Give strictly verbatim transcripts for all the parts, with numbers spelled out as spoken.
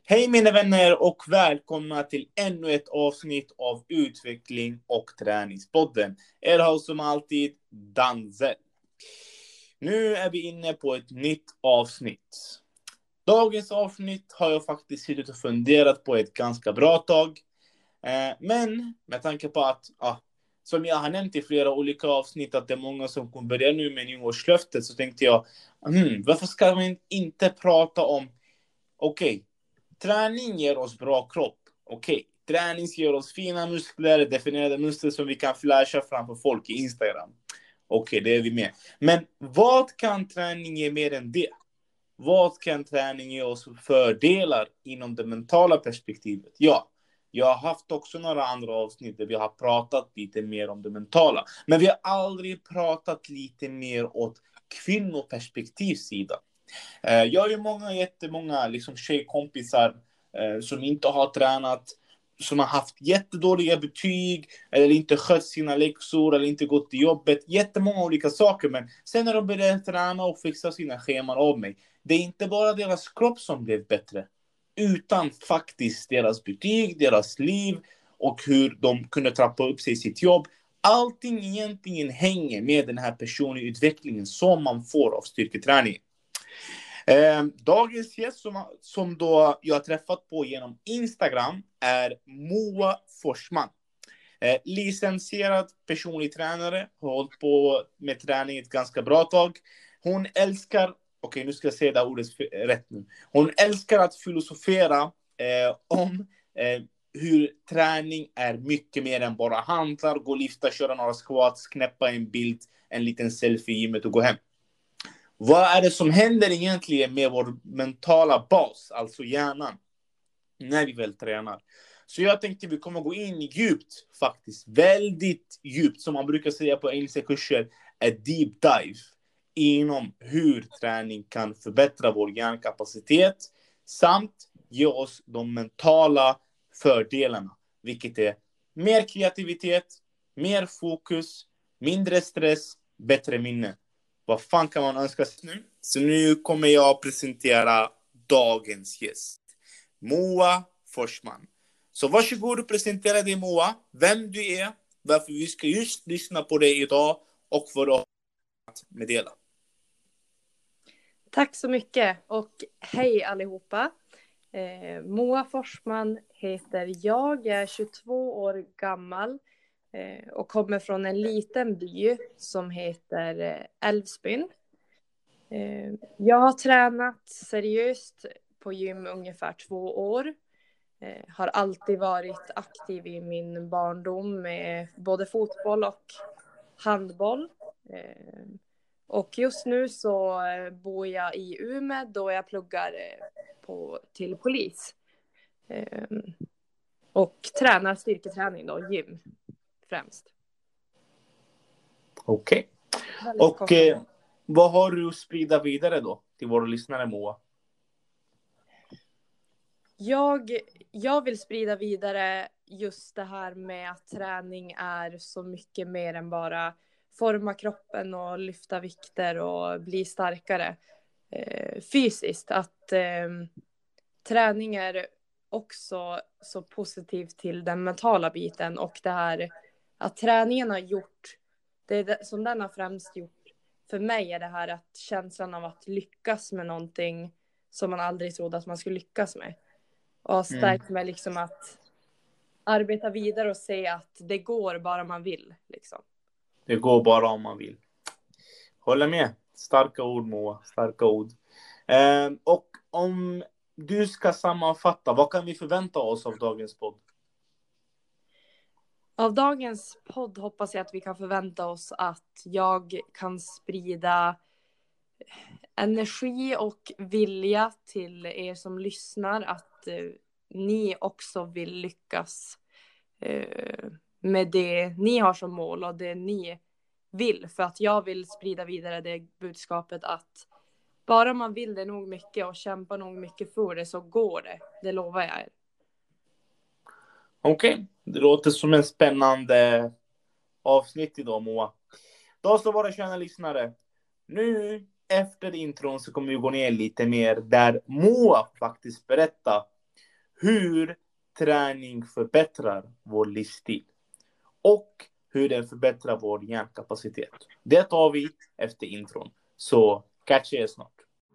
Hej mina vänner och välkomna till ännu ett avsnitt av Utveckling och träningspodden. Er har som alltid Danzel. Nu är vi inne på ett nytt avsnitt. Dagens avsnitt har jag faktiskt suttit och funderat på ett ganska bra tag. Men med tanke på att, ja, som jag har nämnt i flera olika avsnitt, att det är många som kommer börja nu med nyårslöftet, så tänkte jag, hmm, varför ska man inte prata om, okej, okay, träning ger oss bra kropp. Okej, okay. Träning ger oss fina muskler, definierade muskler som vi kan flasha framför folk i Instagram. Okej, okay, det är vi med. Men vad kan träning ge mer än det? Vad kan träning ge oss fördelar inom det mentala perspektivet? Ja, jag har haft också några andra avsnitt där vi har pratat lite mer om det mentala. Men vi har aldrig pratat lite mer åt kvinnoperspektivsidan. Jag har ju många, jättemånga liksom tjejkompisar eh, som inte har tränat, som har haft jättedåliga betyg eller inte skött sina läxor eller inte gått till jobbet. Jättemånga olika saker, men sen när de började träna och fixa sina scheman av mig, det är inte bara deras kropp som blev bättre, utan faktiskt deras betyg, deras liv och hur de kunde trappa upp sig i sitt jobb. Allting egentligen hänger med den här personliga utvecklingen som man får av styrketräning. Eh, dagens gäst som, som då jag har träffat på genom Instagram är Moa Forsman. Eh, licensierad personlig tränare, har hållit på med träning ett ganska bra tag. Hon älskar, okej okay, nu ska jag säga det ordet rätt nu. Hon älskar att filosofera eh, om eh, hur träning är mycket mer än bara hantlar, gå lyfta, köra några squats, knäppa en bild, en liten selfie i gymmet och gå hem. Vad är det som händer egentligen med vår mentala bas, alltså hjärnan, när vi väl tränar? Så jag tänkte vi kommer gå in djupt, faktiskt väldigt djupt, som man brukar säga på engelska kurser, ett deep dive inom hur träning kan förbättra vår hjärnkapacitet samt ge oss de mentala fördelarna, vilket är mer kreativitet, mer fokus, mindre stress, bättre minne. Vad fan kan man önska sig nu? Så nu kommer jag presentera dagens gäst, Moa Forsman. Så varsågod och presentera dig, Moa. Vem du är, varför vi ska just lyssna på dig idag och vad du har att meddela. Tack så mycket och hej allihopa. Eh, Moa Forsman heter jag. Jag är tjugotvå år gammal eh, och kommer från en liten by som heter eh, Älvsbyn. Eh, jag har tränat seriöst på gym ungefär två år. Eh, har alltid varit aktiv i min barndom med både fotboll och handboll. Eh, och just nu så bor jag i Umeå då jag pluggar på, till polis. Eh, och tränar styrketräning då, gym främst. Okej. Okay. Och eh, vad har du att sprida vidare då till våra lyssnare, Moa? Jag, jag vill sprida vidare just det här med att träning är så mycket mer än bara forma kroppen och lyfta vikter och bli starkare eh, fysiskt. Att eh, träning är också så positivt till den mentala biten och det här att träningen har gjort, det, det som den har främst gjort för mig är det här att känslan av att lyckas med någonting som man aldrig trodde att man skulle lyckas med. Och har stärkt mig liksom att arbeta vidare och se att det går bara man vill. Liksom. Det går bara om man vill. Håller med. Starka ord, Moa. Starka ord. Eh, och om du ska sammanfatta, vad kan vi förvänta oss av dagens podd? Av dagens podd hoppas jag att vi kan förvänta oss att jag kan sprida energi och vilja till er som lyssnar att eh, ni också vill lyckas eh, med det ni har som mål och det ni vill. För att jag vill sprida vidare det budskapet att bara man vill det nog mycket och kämpar nog mycket för det så går det. Det lovar jag er. Okej, okay. Det låter som en spännande avsnitt idag, Moa. Då så våra kära lyssnare. Nu efter intron så kommer vi gå ner lite mer där Moa faktiskt berättar hur träning förbättrar vår livsstil och hur den förbättrar vår hjärnkapacitet. Det tar vi efter intron. Så catch er snart.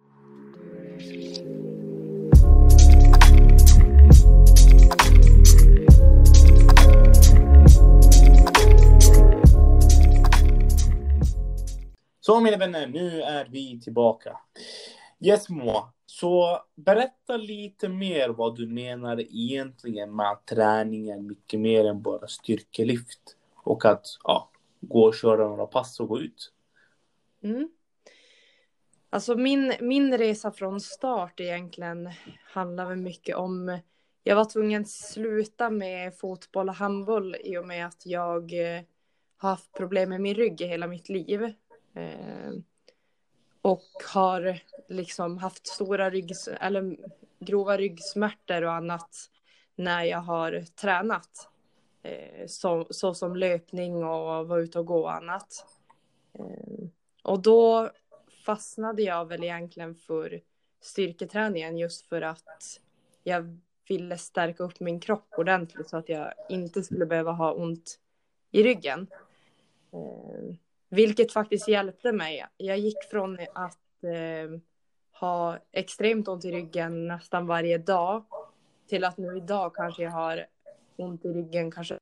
Så mina vänner, nu är vi tillbaka. Yes Moa, så berätta lite mer vad du menar egentligen med att träning är mycket mer än bara styrkelyft. Och att ja, gå och köra några pass och gå ut. Mm. Alltså min, min resa från start egentligen handlar väl mycket om... Jag var tvungen att sluta med fotboll och handboll i och med att jag eh, har haft problem med min rygg i hela mitt liv. Eh, och har liksom haft stora ryggs eller grova ryggsmärtor och annat när jag har tränat. Eh, så, så som löpning och vara ute och gå och annat. Eh, och då fastnade jag väl egentligen för styrketräningen just för att jag ville stärka upp min kropp ordentligt så att jag inte skulle behöva ha ont i ryggen. Eh, vilket faktiskt hjälpte mig. Jag gick från att eh, ha extremt ont i ryggen nästan varje dag till att nu idag kanske jag har ont i ryggen kanske.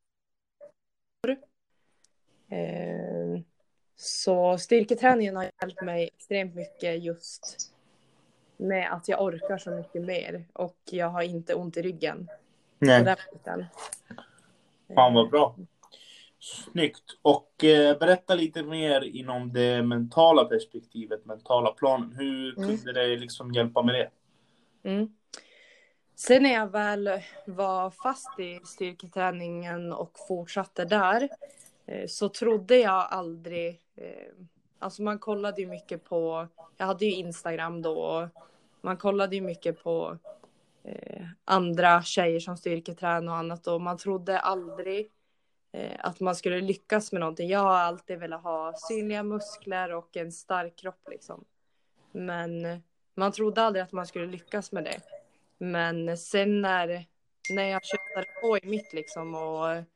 Eh, så styrketräningen har hjälpt mig extremt mycket just med att jag orkar så mycket mer och jag har inte ont i ryggen. Nej. På den biten. Fan vad bra. Snyggt. Och eh, berätta lite mer inom det mentala perspektivet, mentala planen. Hur kunde mm. det liksom hjälpa med det? Mm. Sen när jag väl var fast i styrketräningen och fortsatte där eh, så trodde jag aldrig... Eh, alltså man kollade ju mycket på... Jag hade ju Instagram då. Man kollade ju mycket på eh, andra tjejer som styrketränade och annat. Och man trodde aldrig att man skulle lyckas med någonting. Jag har alltid velat ha synliga muskler och en stark kropp liksom. Men man trodde aldrig att man skulle lyckas med det. Men sen när, när jag köpte på i mitt liksom och eh,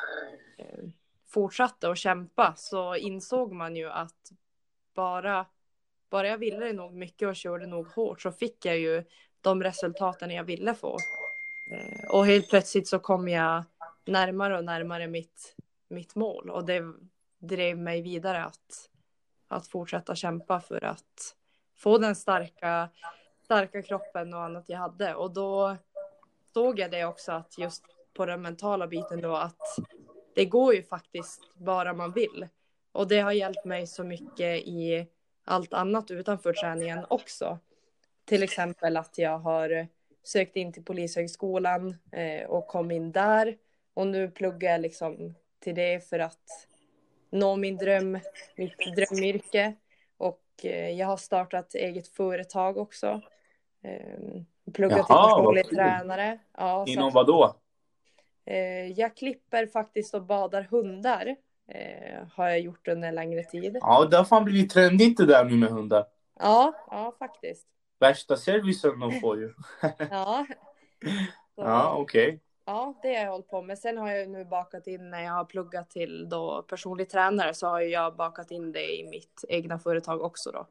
fortsatte att kämpa så insåg man ju att bara, bara jag ville nog mycket och körde nog hårt så fick jag ju de resultaten jag ville få. Eh, och helt plötsligt så kom jag närmare och närmare mitt, mitt mål. Och det drev mig vidare att, att fortsätta kämpa för att få den starka, starka kroppen och annat jag hade. Och då såg jag det också att just på den mentala biten då att det går ju faktiskt bara man vill. Och det har hjälpt mig så mycket i allt annat utanför träningen också. Till exempel att jag har sökt in till Polishögskolan eh, och kom in där. Och nu pluggar jag liksom till det för att nå min dröm, mitt drömyrke. Och eh, jag har startat eget företag också. Eh, pluggat till personlig tränare. Ja, inom så, vad då? Eh, jag klipper faktiskt och badar hundar. Eh, har jag gjort under en längre tid. Ja, det har fan blivit trendigt det där nu med hundar. Ja, ja faktiskt. Värsta servicen de får ju. Ja. Så, ja, okej. Okay. Ja, det har jag hållit på med. Sen har jag nu bakat in när jag har pluggat till då personlig tränare så har jag bakat in det i mitt egna företag också då.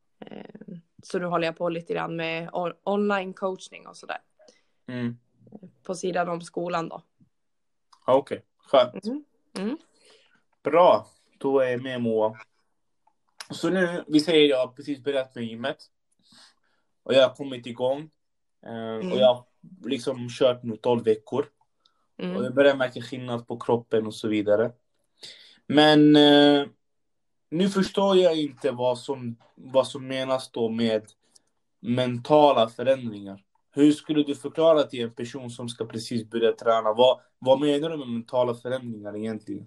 Så nu håller jag på lite grann med online coachning och sådär. Mm. På sidan om skolan då. Okej, okay. Skönt. Mm. Mm. Bra, då är jag med Moa. Så nu, vi säger jag har precis börjat med gymmet. Och jag har kommit igång. Mm. Och jag har liksom kört nu tolv veckor. Mm. Och jag börjar märka skillnad på kroppen och så vidare. Men eh, nu förstår jag inte vad som, vad som menas då med mentala förändringar. Hur skulle du förklara till en person som ska precis börja träna? Vad, vad menar du med mentala förändringar egentligen?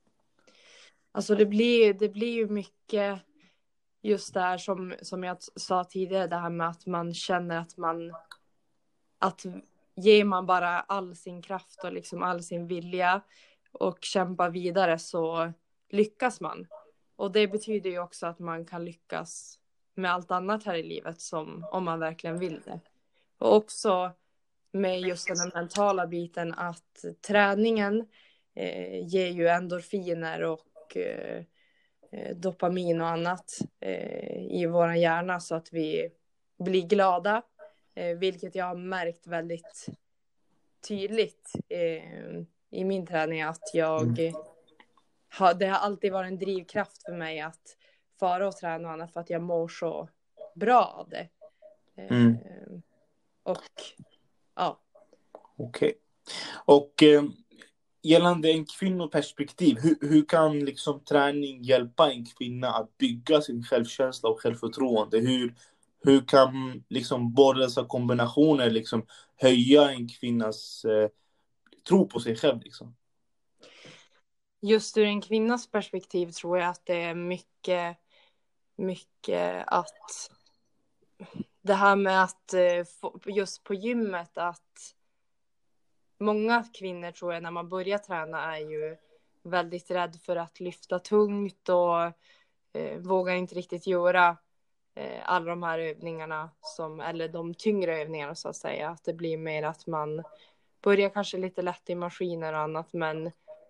Alltså det blir, det blir ju mycket just det här som, som jag sa tidigare. Det här med att man känner att man... Att ger man bara all sin kraft och liksom all sin vilja och kämpar vidare så lyckas man. Och det betyder ju också att man kan lyckas med allt annat här i livet som om man verkligen vill det. Och också med just den mentala biten att träningen eh, ger ju endorfiner och eh, dopamin och annat eh, i våran hjärna så att vi blir glada, eh, vilket jag har märkt väldigt tydligt eh, i min träning att jag Mm. har, det har alltid varit en drivkraft för mig att fara och träna och annat för att jag mår så bra av det. Eh, Mm. och ja. Okej. Och eh, gällande en kvinnoperspektiv, hur, hur kan liksom träning hjälpa en kvinna att bygga sin självkänsla och självförtroende? Hur, hur kan liksom båda dessa kombinationer liksom höja en kvinnas eh, tro på sig själv liksom? Just ur en kvinnas perspektiv tror jag att det är mycket, mycket att det här med att eh, få- just på gymmet att många kvinnor tror jag när man börjar träna är ju väldigt rädd för att lyfta tungt och eh, vågar inte riktigt göra eh, alla de här övningarna som, eller de tyngre övningarna så att säga. Att det blir mer att man börjar kanske lite lätt i maskiner och annat men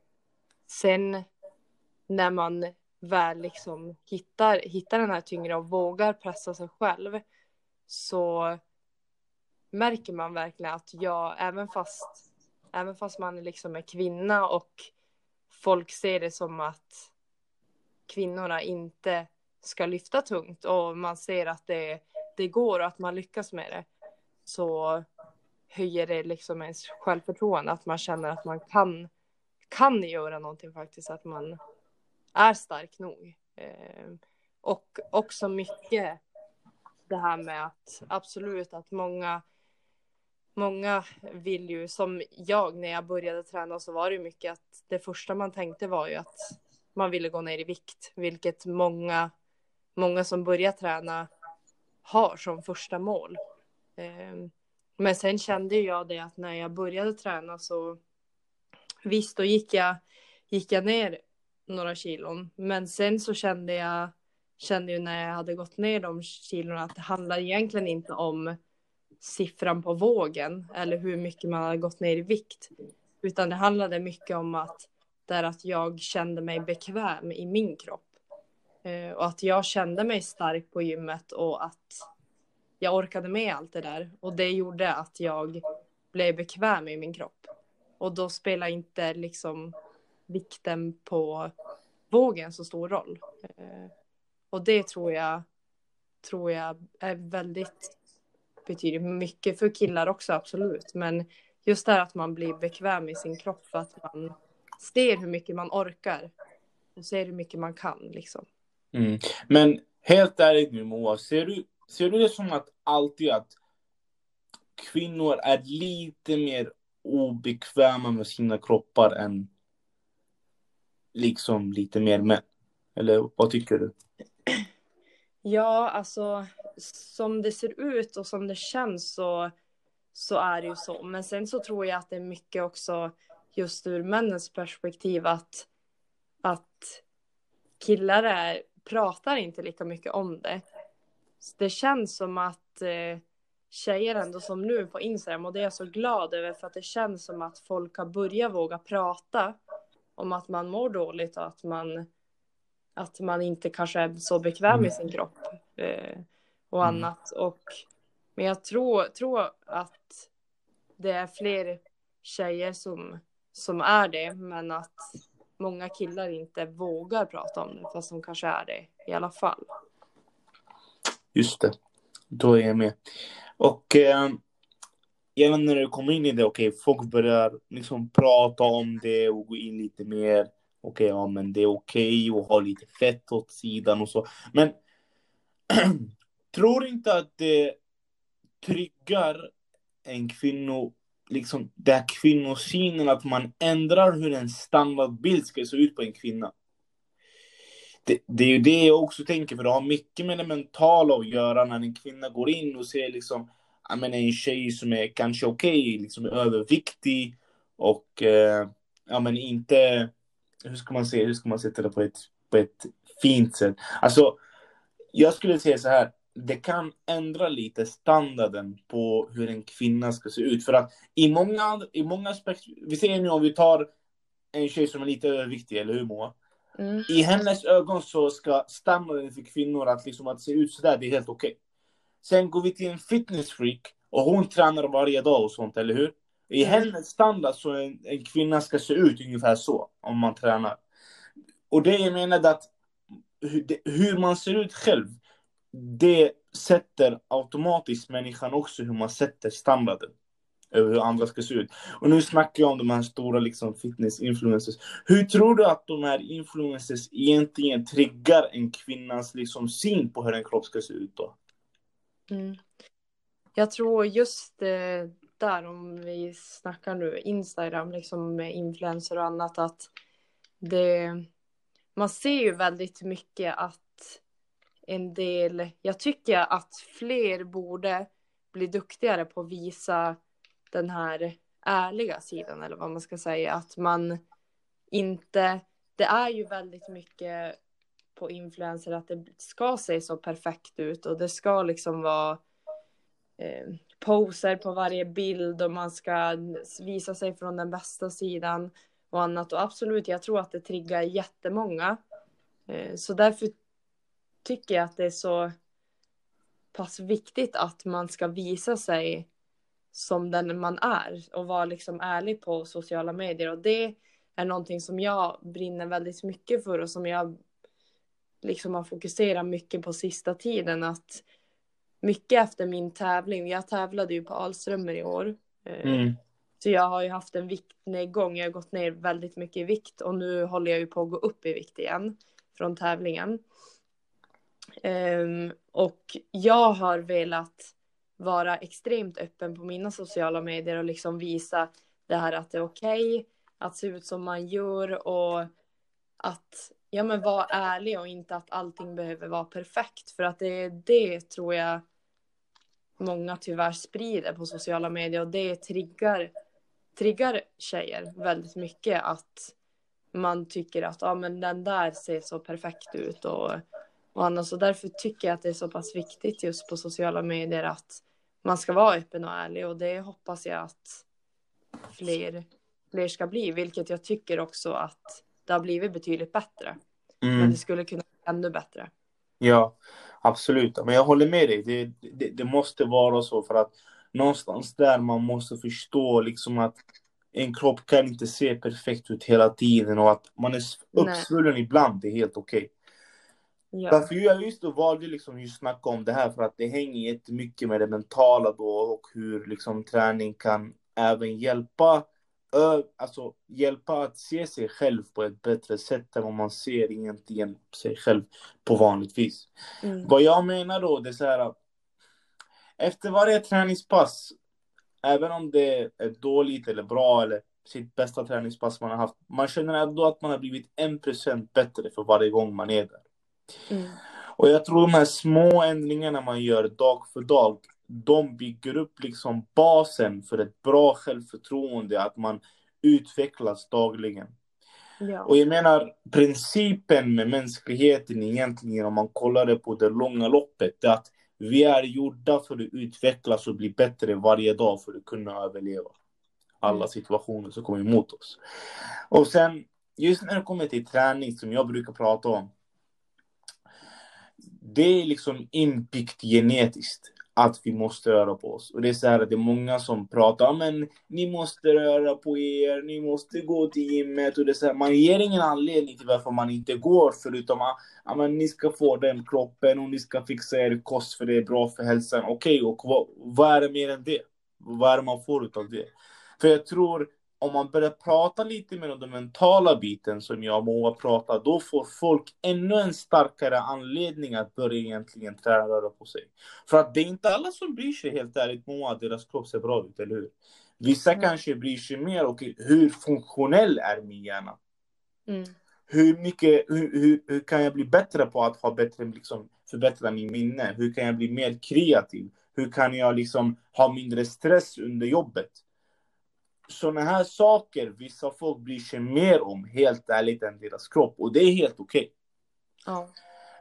sen när man väl liksom hittar, hittar den här tyngre och vågar pressa sig själv så märker man verkligen att jag, även fast, även fast man liksom är kvinna och folk ser det som att kvinnorna inte ska lyfta tungt och man ser att det, det går och att man lyckas med det så höjer det liksom ens självförtroende att man känner att man kan, kan göra någonting faktiskt, att man är stark nog. Eh, och också mycket det här med att absolut att många många vill ju, som jag när jag började träna så var det ju mycket att det första man tänkte var ju att man ville gå ner i vikt, vilket många många som börjar träna har som första mål. Eh, men sen kände jag det att när jag började träna så visst då gick jag gick jag ner några kilon. Men sen så kände jag kände ju när jag hade gått ner de kilorna att det handlar egentligen inte om siffran på vågen eller hur mycket man hade gått ner i vikt. Utan det handlade mycket om att, där att jag kände mig bekväm i min kropp. Eh, och att jag kände mig stark på gymmet och att jag orkade med allt det där. Och det gjorde att jag blev bekväm i min kropp. Och då spelar inte liksom vikten på vågen så stor roll. Eh, och det tror jag, tror jag är väldigt, betyder mycket för killar också, absolut. Men just det här att man blir bekväm i sin kropp för att man ser hur mycket man orkar. Och ser hur mycket man kan liksom. Mm. Men helt ärligt nu Moa, ser du, ser du det som att alltid att kvinnor är lite mer obekväma med sina kroppar än liksom lite mer män? Eller vad tycker du? Ja, alltså som det ser ut och som det känns så, så är det ju så. Men sen så tror jag att det är mycket också just ur männens perspektiv att, att killar är, pratar inte lika mycket om det. Det känns som att eh, tjejer ändå som nu på Instagram, och det är jag så glad över för att det känns som att folk har börjat våga prata om att man mår dåligt och att man att man inte kanske är så bekväm Mm. i sin kropp eh, och Mm. annat. Och, men jag tror, tror att det är fler tjejer som, som är det, men att många killar inte vågar prata om det, fast de kanske är det i alla fall. Just det, då är jag med. Och eh, gällande när du kommer in i det, okej, okay, folk börjar liksom prata om det och gå in lite mer. Okej, okay, ja men det är okej okay, och ha lite fett åt sidan och så. Men tror du inte att det tryggar en kvinno, liksom det här kvinnosynen, att man ändrar hur en standardbild ska se ut på en kvinna? Det, det är ju det jag också tänker, för det har mycket med det mentala att göra när en kvinna går in och ser liksom, jag menar, en tjej som är kanske okej, okay, liksom överviktig och eh, ja men inte, hur ska man säga, hur ska man sätta det på ett, på ett fint sätt? Alltså, jag skulle säga så här, det kan ändra lite standarden på hur en kvinna ska se ut. För att i många, i många aspekter, vi ser nu om vi tar en tjej som är lite överviktig, eller hur Moa? Mm. I hennes ögon så ska standarden för kvinnor att, liksom, att se ut sådär, det är helt okej. Sen går vi till en fitnessfreak och hon tränar varje dag och sånt, eller hur? I Mm. hennes standard så en, en kvinna ska se ut ungefär så om man tränar. Och det jag menar att hur, det, hur man ser ut själv, det sätter automatiskt människan också hur man sätter standarden över hur andra ska se ut. Och nu snackar jag om de här stora liksom, fitness-influencers. Hur tror du att de här influencers egentligen triggar en kvinnas liksom, syn på hur en kropp ska se ut då? Mm. Jag tror just eh, där, om vi snackar nu Instagram liksom med influencer och annat, att det, man ser ju väldigt mycket att en del, jag tycker att fler borde bli duktigare på att visa den här ärliga sidan, eller vad man ska säga, att man inte, det är ju väldigt mycket på influencer att det ska se så perfekt ut och det ska liksom vara eh, poser på varje bild och man ska visa sig från den bästa sidan och annat, och absolut, jag tror att det triggar jättemånga, eh, så därför tycker jag att det är så pass viktigt att man ska visa sig som den man är och vara liksom ärlig på sociala medier, och det är någonting som jag brinner väldigt mycket för och som jag liksom har fokuserat mycket på sista tiden, att mycket efter min tävling, jag tävlade ju på Alströmer i år, Mm. så jag har ju haft en viktnedgång, jag har gått ner väldigt mycket i vikt och nu håller jag ju på att gå upp i vikt igen från tävlingen. Um, och jag har velat vara extremt öppen på mina sociala medier och liksom visa det här att det är okej att se ut som man gör och att ja, men vara ärlig och inte att allting behöver vara perfekt, för att det, det tror jag många tyvärr sprider på sociala medier och det triggar, triggar tjejer väldigt mycket, att man tycker att ja, men den där ser så perfekt ut och Och annars, och därför tycker jag att det är så pass viktigt just på sociala medier att man ska vara öppen och ärlig, och det hoppas jag att fler, fler ska bli, vilket jag tycker också att det har blivit betydligt bättre. Mm. Men det skulle kunna bli ännu bättre. Ja, absolut. Men jag håller med dig. Det, det, det måste vara så, för att någonstans där man måste förstå liksom att en kropp kan inte se perfekt ut hela tiden och att man är uppsvullen ibland, det är helt okej. Ja. Därför jag just då valde liksom just snacka om det här, för att det hänger jättemycket med det mentala då och hur liksom träning kan även hjälpa ö, alltså hjälpa att se sig själv på ett bättre sätt än vad man ser egentligen sig själv på vanligt vis. Mm. Vad jag menar då, det är så här, efter varje träningspass, även om det är dåligt eller bra eller sitt bästa träningspass man har haft, man känner ändå att man har blivit en procent bättre för varje gång man är där. Mm. Och jag tror de här små ändringarna man gör dag för dag, de bygger upp liksom basen för ett bra självförtroende, att man utvecklas dagligen. Ja. Och jag menar, principen med mänskligheten egentligen, om man kollar det på det långa loppet, är att vi är gjorda för att utvecklas och bli bättre varje dag för att kunna överleva alla Mm. situationer som kommer emot oss. Och sen, just när det kommer till träning som jag brukar prata om, det är liksom inbyggt genetiskt att vi måste röra på oss. Och det är så här, det är många som pratar, men ni måste röra på er, ni måste gå till gymmet. Och det är så här, man ger ingen anledning till varför man inte går, förutom att ja, men ni ska få den kroppen och ni ska fixa er kost för det är bra för hälsan. Okej, okay, och vad, vad är det mer än det? Vad är det man får utav det? För jag tror, om man börjar prata lite mer om den mentala biten som jag och Moa pratar, då får folk ännu en starkare anledning att börja egentligen träna röra på sig. För att det är inte alla som bryr sig, helt ärligt, Moa, att deras kropp ser bra ut, eller hur? Vissa mm. kanske bryr sig mer, och hur funktionell är min hjärna? Mm. Hur mycket, hur, hur, hur kan jag bli bättre på att ha bättre, liksom, förbättra min minne? Hur kan jag bli mer kreativ? Hur kan jag liksom ha mindre stress under jobbet? Sådana här saker vissa folk bryr sig mer om, helt ärligt, än deras kropp. Och det är helt okej. Ja.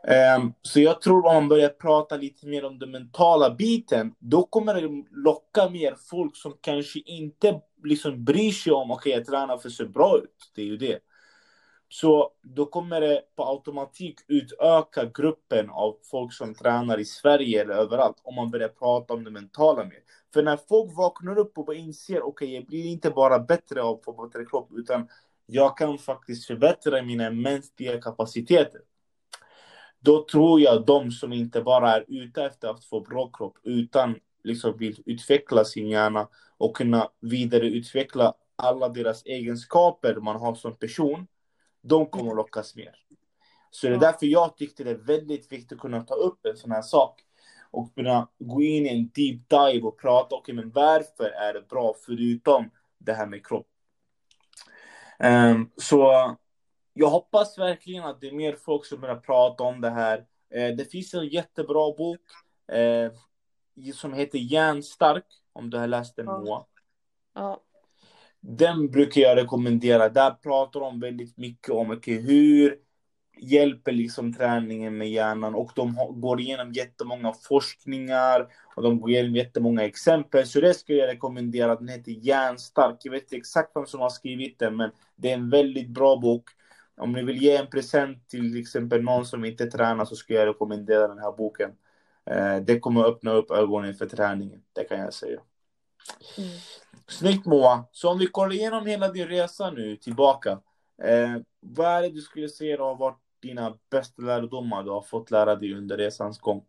Um, så jag tror om man börjar prata lite mer om den mentala biten, då kommer det locka mer folk som kanske inte liksom bryr sig om, okej, okay, jag tränar för så bra ut, det är ju det. Så då kommer det på automatik utöka gruppen av folk som tränar i Sverige eller överallt, om man börjar prata om det mentala mer. För när folk vaknar upp och bara inser, okej, okay, jag blir inte bara bättre av att få bättre kropp, utan jag kan faktiskt förbättra mina mänskliga kapaciteter. Då tror jag de som inte bara är ute efter att få bra kropp, utan liksom vill utveckla sin hjärna och kunna vidareutveckla alla deras egenskaper man har som person, de kommer lockas mer. Så det är därför jag tyckte det är väldigt viktigt att kunna ta upp en sån här sak och kunna gå in i en deep dive och prata, okej, okay, men varför är det bra förutom det här med kropp? Um, så jag hoppas verkligen att det är mer folk som börjar prata om det här. Uh, det finns en jättebra bok uh, som heter Hjärnstark, om du har läst den, Moa. Ja. Den brukar jag rekommendera. Där pratar de väldigt mycket om okay, hur hjälper liksom träningen med hjärnan. Och de går igenom jättemånga forskningar. Och de går igenom jättemånga exempel. Så det skulle jag rekommendera. Den heter Hjärnstark. Jag vet inte exakt vem som har skrivit den. Men det är en väldigt bra bok. Om ni vill ge en present till exempel någon som inte tränar, så skulle jag rekommendera den här boken. Det kommer öppna upp ögonen för träningen. Det kan jag säga. Mm. Snyggt, Moa. Så om vi kollar igenom hela din resa nu tillbaka. Eh, vad är det du skulle säga har varit dina bästa lärdomar du har fått lära dig under resans gång?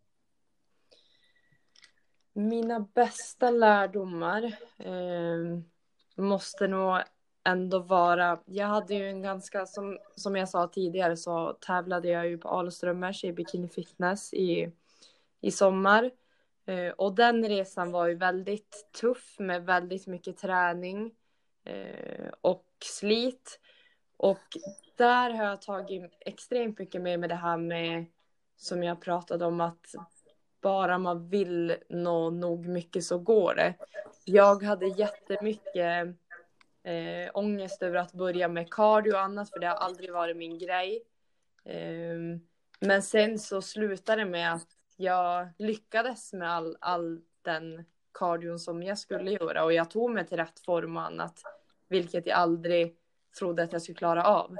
Mina bästa lärdomar eh, måste nog ändå vara... Jag hade ju en ganska... Som, som jag sa tidigare så tävlade jag ju på Alströmmers i bikini fitness i, i sommar. Uh, och den resan var ju väldigt tuff med väldigt mycket träning uh, och slit. Och där har jag tagit extremt mycket med med det här med, som jag pratade om, att bara man vill nå nog mycket så går det. Jag hade jättemycket uh, ångest över att börja med cardio och annat, för det har aldrig varit min grej. Uh, men sen så slutade det med att jag lyckades med all, all den kardion som jag skulle göra. Och jag tog mig till rätt form och annat. Vilket jag aldrig trodde att jag skulle klara av.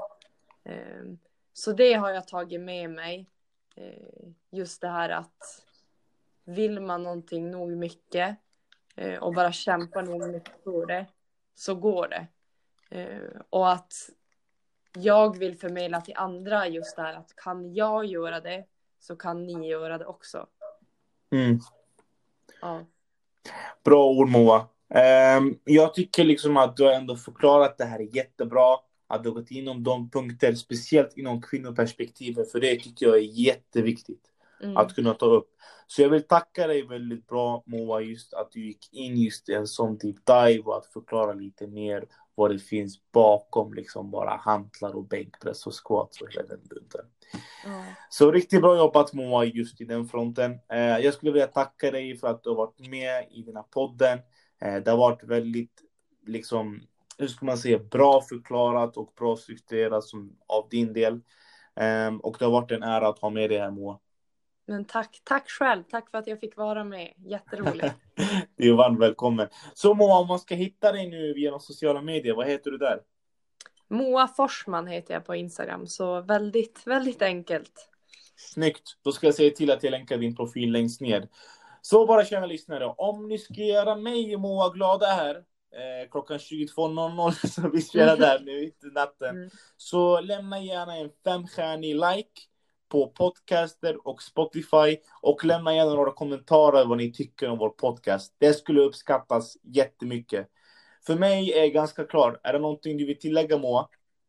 Så det har jag tagit med mig. Just det här att vill man någonting nog mycket och bara kämpa nog mycket för det, så går det. Och att jag vill förmedla till andra just det här att kan jag göra det, så kan ni göra det också. Mm. Ja. Bra ord, Moa. Um, jag tycker liksom att du har ändå förklarat det här jättebra. Att du har gått inom de punkter, speciellt inom kvinnoperspektivet. För det tycker jag är jätteviktigt mm. att kunna ta upp. Så jag vill tacka dig väldigt bra, Moa, just att du gick in just i en sån deep dive och att förklara lite mer vad det finns bakom liksom bara hantlar och bänkpress och squats och hela den bunten. Mm. Så riktigt bra jobbat, Moa, just i den fronten. Eh, jag skulle vilja tacka dig för att du har varit med i den här podden. Eh, det har varit väldigt, liksom, hur ska man säga, bra förklarat och bra strukturerat som, av din del. Eh, och det har varit en ära att ha med dig här, Moa. Men tack, tack själv. Tack för att jag fick vara med. Jätteroligt. Du är varmt välkommen. Så Moa, om man ska hitta dig nu via de sociala medier, vad heter du där? Moa Forsman heter jag på Instagram. Så väldigt, väldigt enkelt. Snyggt. Då ska jag säga till att jag länkar din profil längst ner. Så bara kära lyssnare, om ni ska göra mig och Moa glada här eh, klockan tjugotvå noll noll så vi spelar där nu i natten. Mm. Så lämna gärna en femstjärnig like på podcaster och Spotify, och lämna gärna några kommentarer vad ni tycker om vår podcast. Det skulle uppskattas jättemycket. För mig är ganska klar. Är det någonting du vill tillägga, Moa?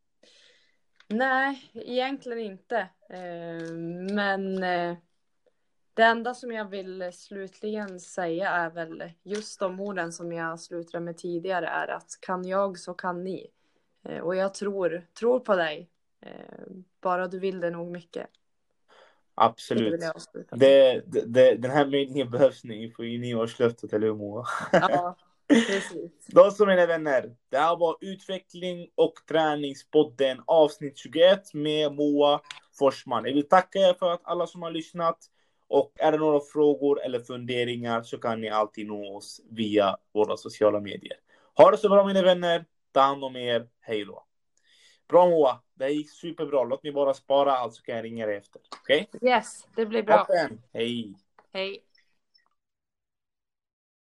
Nej, egentligen inte. Men det enda som jag vill slutligen säga är väl just de orden som jag slutade med tidigare, är att kan jag så kan ni. Och jag tror, tror på dig. Bara du vill det nog mycket. Absolut. Det, det, det, den här meningen behövs ni för i nyårslöftet, eller hur, Moa? Ja, precis. Då så, mina vänner. Det här var utveckling och träningspodden avsnitt tjugoett med Moa Forsman. Jag vill tacka er för att alla som har lyssnat. Och är det några frågor eller funderingar så kan ni alltid nå oss via våra sociala medier. Ha det så bra mina vänner. Ta hand om er. Hej då. Bra Moa. Det gick superbra. Låt mig bara spara allt så kan jag ringa dig efter. Okej? Yes, det blir bra. Toppen. Hej. Hej.